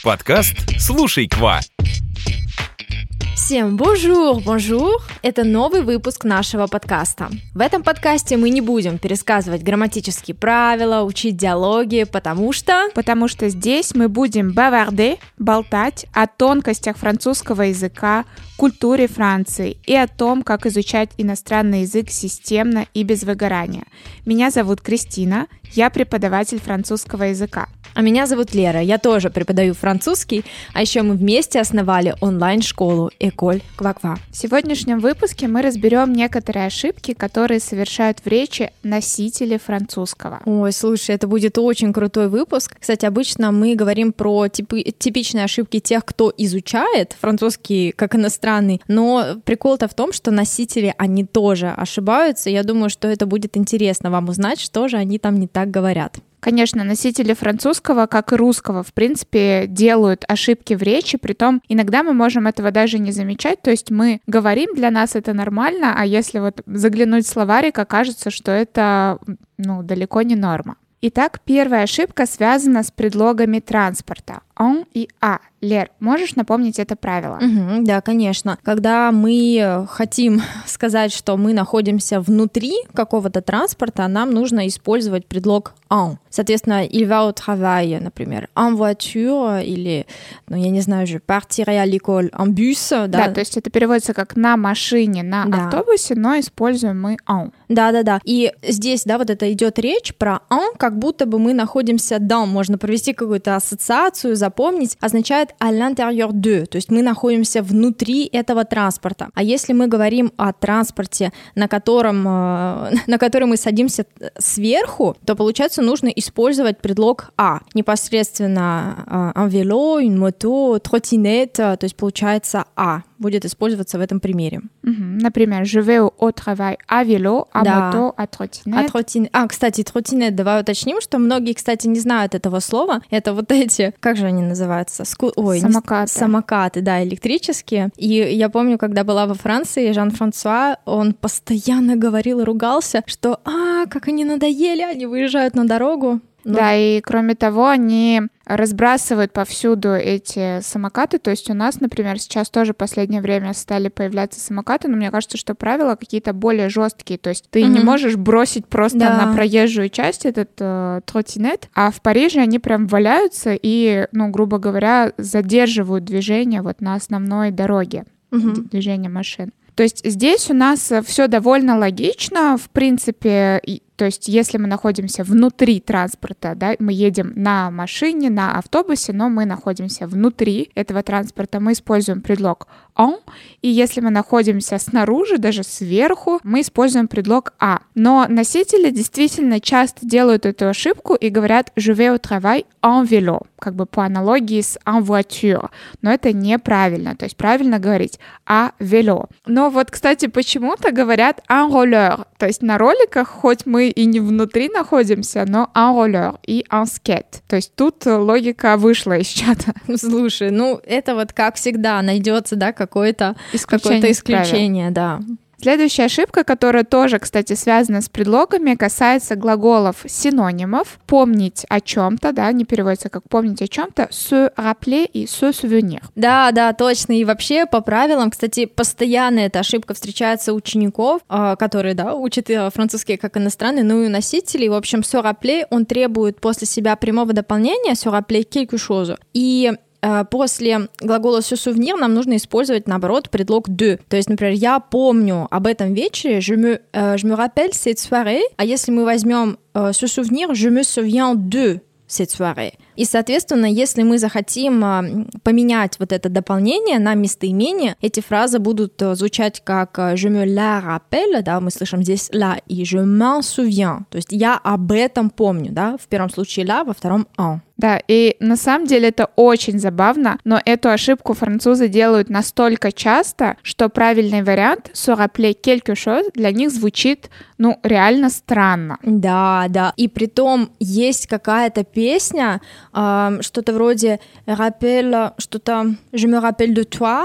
Подкаст «Слушай, Ква». Всем bonjour! Это новый выпуск нашего подкаста. В этом подкасте мы не будем пересказывать грамматические правила, учить диалоги, потому что здесь мы будем bavarder, болтать о тонкостях французского языка, культуре Франции и о том, как изучать иностранный язык системно и без выгорания. Меня зовут Кристина, я преподаватель французского языка. А меня зовут Лера, я тоже преподаю французский, а еще мы вместе основали онлайн-школу École Kva-Kva. В сегодняшнем выпуске мы разберем некоторые ошибки, которые совершают в речи носители французского. Ой, слушай, это будет очень крутой выпуск. Кстати, обычно мы говорим про типичные ошибки тех, кто изучает французский как иностранный, но прикол-то в том, что носители, они тоже ошибаются. Я думаю, что это будет интересно вам узнать, что же они там не так говорят. Конечно, носители французского, как и русского, в принципе, делают ошибки в речи, притом иногда мы можем этого даже не замечать, то есть мы говорим, для нас это нормально, а если вот заглянуть в словарик, окажется, что это, далеко не норма. Итак, первая ошибка связана с предлогами транспорта «on» и «a». Лер, можешь напомнить это правило? Да, конечно. Когда мы хотим сказать, что мы находимся внутри какого-то транспорта, нам нужно использовать предлог «en». Соответственно, «il va au travail», например, «en voiture» или, «je partirai à l'école en bus». Да, то есть это переводится как «на машине», «на автобусе», но используем мы «en». Да. И здесь, вот это идет речь про «en», как будто бы мы находимся «dans». Можно провести какую-то ассоциацию, запомнить. Означает «à l'intérieur de», то есть мы находимся внутри этого транспорта. А если мы говорим о транспорте, на который мы садимся сверху, то, получается, нужно использовать предлог «à». Непосредственно un vélo, une moto, trottinette, то есть получается «à». Будет использоваться в этом примере. Например, je vais au travail à vélo, à moto, à trottinette. Кстати, тротинет, давай уточним, что многие, кстати, не знают этого слова. Это вот эти, как же они называются? Самокаты, электрические. И я помню, когда была во Франции, Жан-Франсуа, он постоянно говорил и ругался, что как они надоели, они выезжают на дорогу. Да, и кроме того, они разбрасывают повсюду эти самокаты, то есть у нас, например, сейчас тоже в последнее время стали появляться самокаты, но мне кажется, что правила какие-то более жесткие, то есть ты не можешь бросить просто на проезжую часть этот тротинет, а в Париже они прям валяются и, грубо говоря, задерживают движение вот на основной дороге, движение машин. То есть здесь у нас все довольно логично, в принципе, то есть если мы находимся внутри транспорта, мы едем на машине, на автобусе, но мы находимся внутри этого транспорта, мы используем предлог «on», и если мы находимся снаружи, даже сверху, мы используем предлог «à». Но носители действительно часто делают эту ошибку и говорят «je vais au travail en vélo», как бы по аналогии с «en voiture», но это неправильно, то есть правильно говорить «à vélo». Но вот, кстати, почему-то говорят «en roller», то есть на роликах, хоть мы и не внутри находимся, но en roller и en skate. То есть тут логика вышла из чата. Слушай, это вот как всегда найдется, какое-то исключение, да. Следующая ошибка, которая тоже, кстати, связана с предлогами, касается глаголов синонимов. Помнить о чем-то, не переводится как помнить о чем-то, se rappeler и se souvenir. Да, точно. И вообще по правилам, кстати, постоянно эта ошибка встречается у учеников, которые, учат французский как иностранный, и носителей. В общем, se rappeler, он требует после себя прямого дополнения, se rappeler quelque chose. И после глагола se souvenir нам нужно использовать, наоборот, предлог de. То есть, например, я помню об этом вечере, je me rappelle cette soirée, а если мы возьмем se souvenir, je me souviens de cette soirée. И, соответственно, если мы захотим поменять вот это дополнение на местоимение, эти фразы будут звучать как «je me la rappelle», мы слышим здесь «la», и «je m'en souviens», то есть «я об этом помню», в первом случае «la», во втором «en». Да, и на самом деле это очень забавно, но эту ошибку французы делают настолько часто, что правильный вариант «se rappeler quelque chose» для них звучит, реально странно. Да, и притом есть какая-то песня, что-то вроде «rappelle», что-то «je me rappelle de toi»,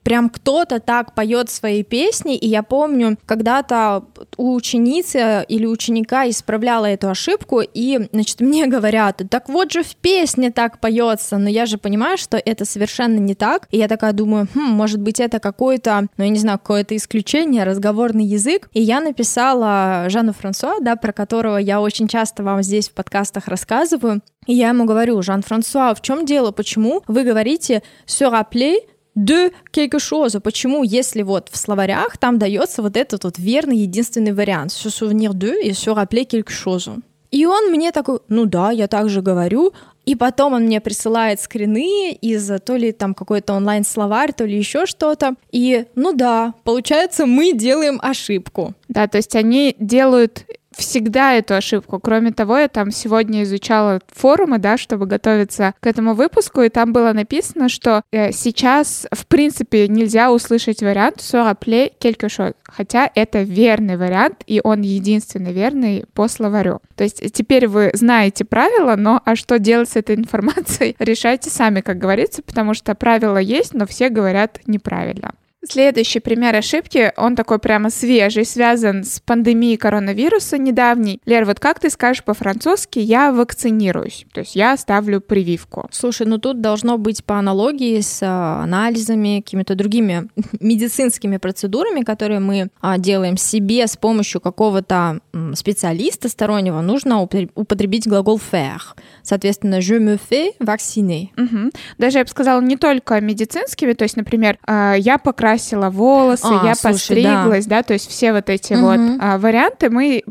прям кто-то так поет свои песни, и я помню, когда-то у ученицы или ученика исправляла эту ошибку, и, значит, мне говорят, так вот же в песне так поется, но я же понимаю, что это совершенно не так, и я такая думаю, может быть, это какое-то, ну, я не знаю, какое-то исключение, разговорный язык, и я написала Жану Франсуа, да, про которого я очень часто вам здесь в подкастах рассказываю, и я ему говорю, Жан-Франсуа, в чем дело, почему вы говорите «se rappeler de quelque chose», почему, если вот в словарях там дается вот этот вот верный единственный вариант «se souvenir de» и «se rappeler quelque chose». И он мне такой, ну да, я так же говорю, и потом он мне присылает скрины из то ли там какой-то онлайн-словарь, то ли еще что-то, и ну да, получается, мы делаем ошибку. Да, то есть они делают всегда эту ошибку. Кроме того, я там сегодня изучала форумы, да, чтобы готовиться к этому выпуску, и там было написано, что сейчас, в принципе, нельзя услышать вариант «se rappeler quelque chose», хотя это верный вариант, и он единственный верный по словарю. То есть теперь вы знаете правила, но а что делать с этой информацией, решайте сами, как говорится, потому что правила есть, но все говорят неправильно. Следующий пример ошибки, он такой прямо свежий, связан с пандемией коронавируса недавней. Лер, вот как ты скажешь по-французски «я вакцинируюсь», то есть я ставлю прививку? Слушай, ну тут должно быть по аналогии с анализами, какими-то другими медицинскими процедурами, которые мы делаем себе с помощью какого-то специалиста стороннего, нужно употребить глагол «faire». Соответственно, «je me fais vacciner». Угу. Даже я бы сказала, не только медицинскими, то есть, например, я покрасила волосы, я постриглась, да, то есть все вот эти вот варианты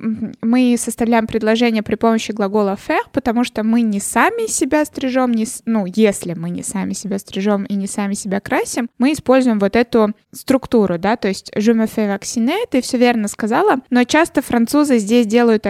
мы составляем предложение при помощи глагола faire, потому что мы не сами себя стрижем, если мы не сами себя стрижем и не сами себя красим, мы используем вот эту структуру, да, то есть je me fais vacciner, ты все верно сказала, но часто французы здесь делают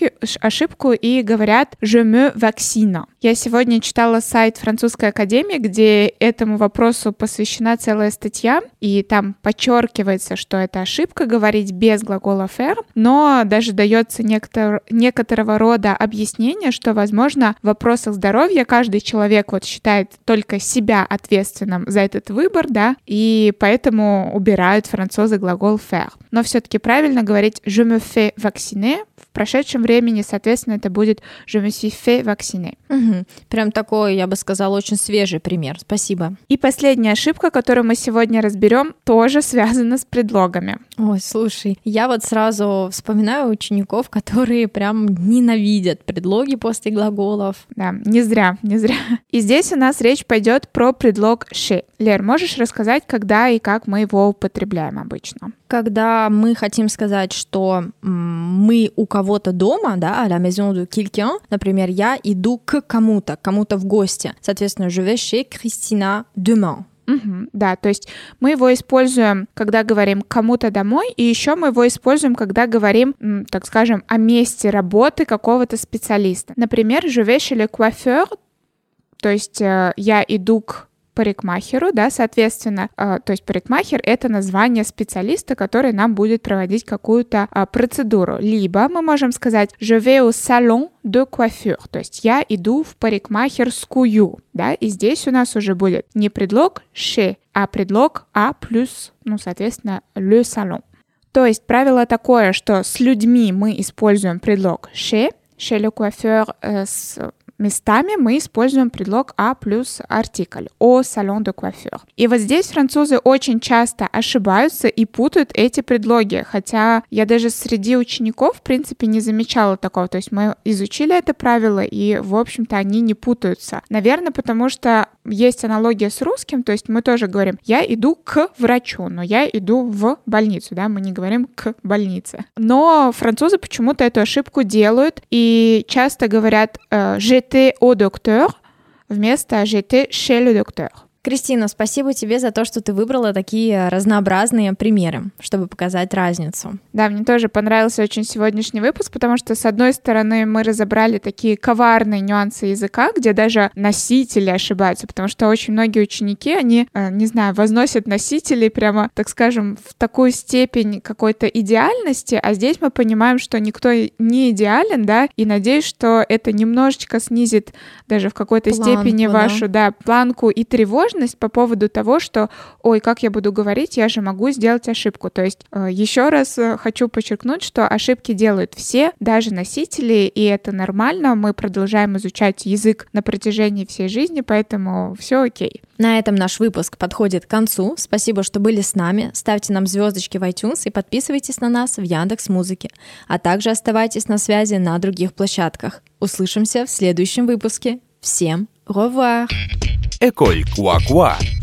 ошибку и говорят je me vaccine. Я сегодня читала сайт французской академии, где этому вопросу посвящена целая статья, и там подчеркивается, что это ошибка говорить без глагола faire, но даже дается некоторого рода объяснение, что, возможно, в вопросах здоровья каждый человек вот считает только себя ответственным за этот выбор, да, и поэтому убирают французы глагол faire. Но все-таки правильно говорить je me fais vacciner. В прошедшем времени, соответственно, это будет je me suis fait vacciner. Угу. Прям такой, я бы сказала, очень свежий пример. Спасибо. И последняя ошибка, которую мы сегодня разберем, тоже связана с предлогами. Ой, слушай, я вот сразу вспоминаю учеников, которые прям ненавидят предлоги после глаголов. Да, не зря. И здесь у нас речь пойдет про предлог chez. Лер, можешь рассказать, когда и как мы его употребляем обычно? Когда мы хотим сказать, что мы у кого-то дома, да, à la maison de quelqu'un, например, я иду к кому-то в гости. Соответственно, je vais chez Christina demain. Угу, да, то есть мы его используем, когда говорим кому-то домой, и еще мы его используем, когда говорим, так скажем, о месте работы какого-то специалиста. Например, je vais chez le coiffeur, то есть я иду к парикмахеру, да, соответственно, то есть парикмахер — это название специалиста, который нам будет проводить какую-то процедуру. Либо мы можем сказать je vais au salon de coiffure, то есть я иду в парикмахерскую, да, и здесь у нас уже будет не предлог chez, а предлог а плюс, соответственно, le salon. То есть правило такое, что с людьми мы используем предлог chez le coiffeur, с местами мы используем предлог «а» плюс артикль «au salon de coiffure». И вот здесь французы очень часто ошибаются и путают эти предлоги, хотя я даже среди учеников, в принципе, не замечала такого. То есть мы изучили это правило, и, в общем-то, они не путаются. Наверное, потому что есть аналогия с русским, то есть мы тоже говорим «я иду к врачу», но я иду в больницу, да, мы не говорим «к больнице». Но французы почему-то эту ошибку делают и часто говорят «j'étais au docteur» вместо «j'étais chez le docteur». Кристина, спасибо тебе за то, что ты выбрала такие разнообразные примеры, чтобы показать разницу. Да, мне тоже понравился очень сегодняшний выпуск, потому что, с одной стороны, мы разобрали такие коварные нюансы языка, где даже носители ошибаются, потому что очень многие ученики, они, возносят носителей прямо, так скажем, в такую степень какой-то идеальности, а здесь мы понимаем, что никто не идеален, да, и надеюсь, что это немножечко снизит даже в какой-то степени вашу, планку и тревожность, тревожность по поводу того, что, ой, как я буду говорить, я же могу сделать ошибку. То есть еще раз хочу подчеркнуть, что ошибки делают все, даже носители, и это нормально. Мы продолжаем изучать язык на протяжении всей жизни, поэтому все окей. На этом наш выпуск подходит к концу. Спасибо, что были с нами. Ставьте нам звездочки в iTunes и подписывайтесь на нас в Яндекс.Музыке. А также оставайтесь на связи на других площадках. Услышимся в следующем выпуске. Всем au revoir! École Quoi Quoi.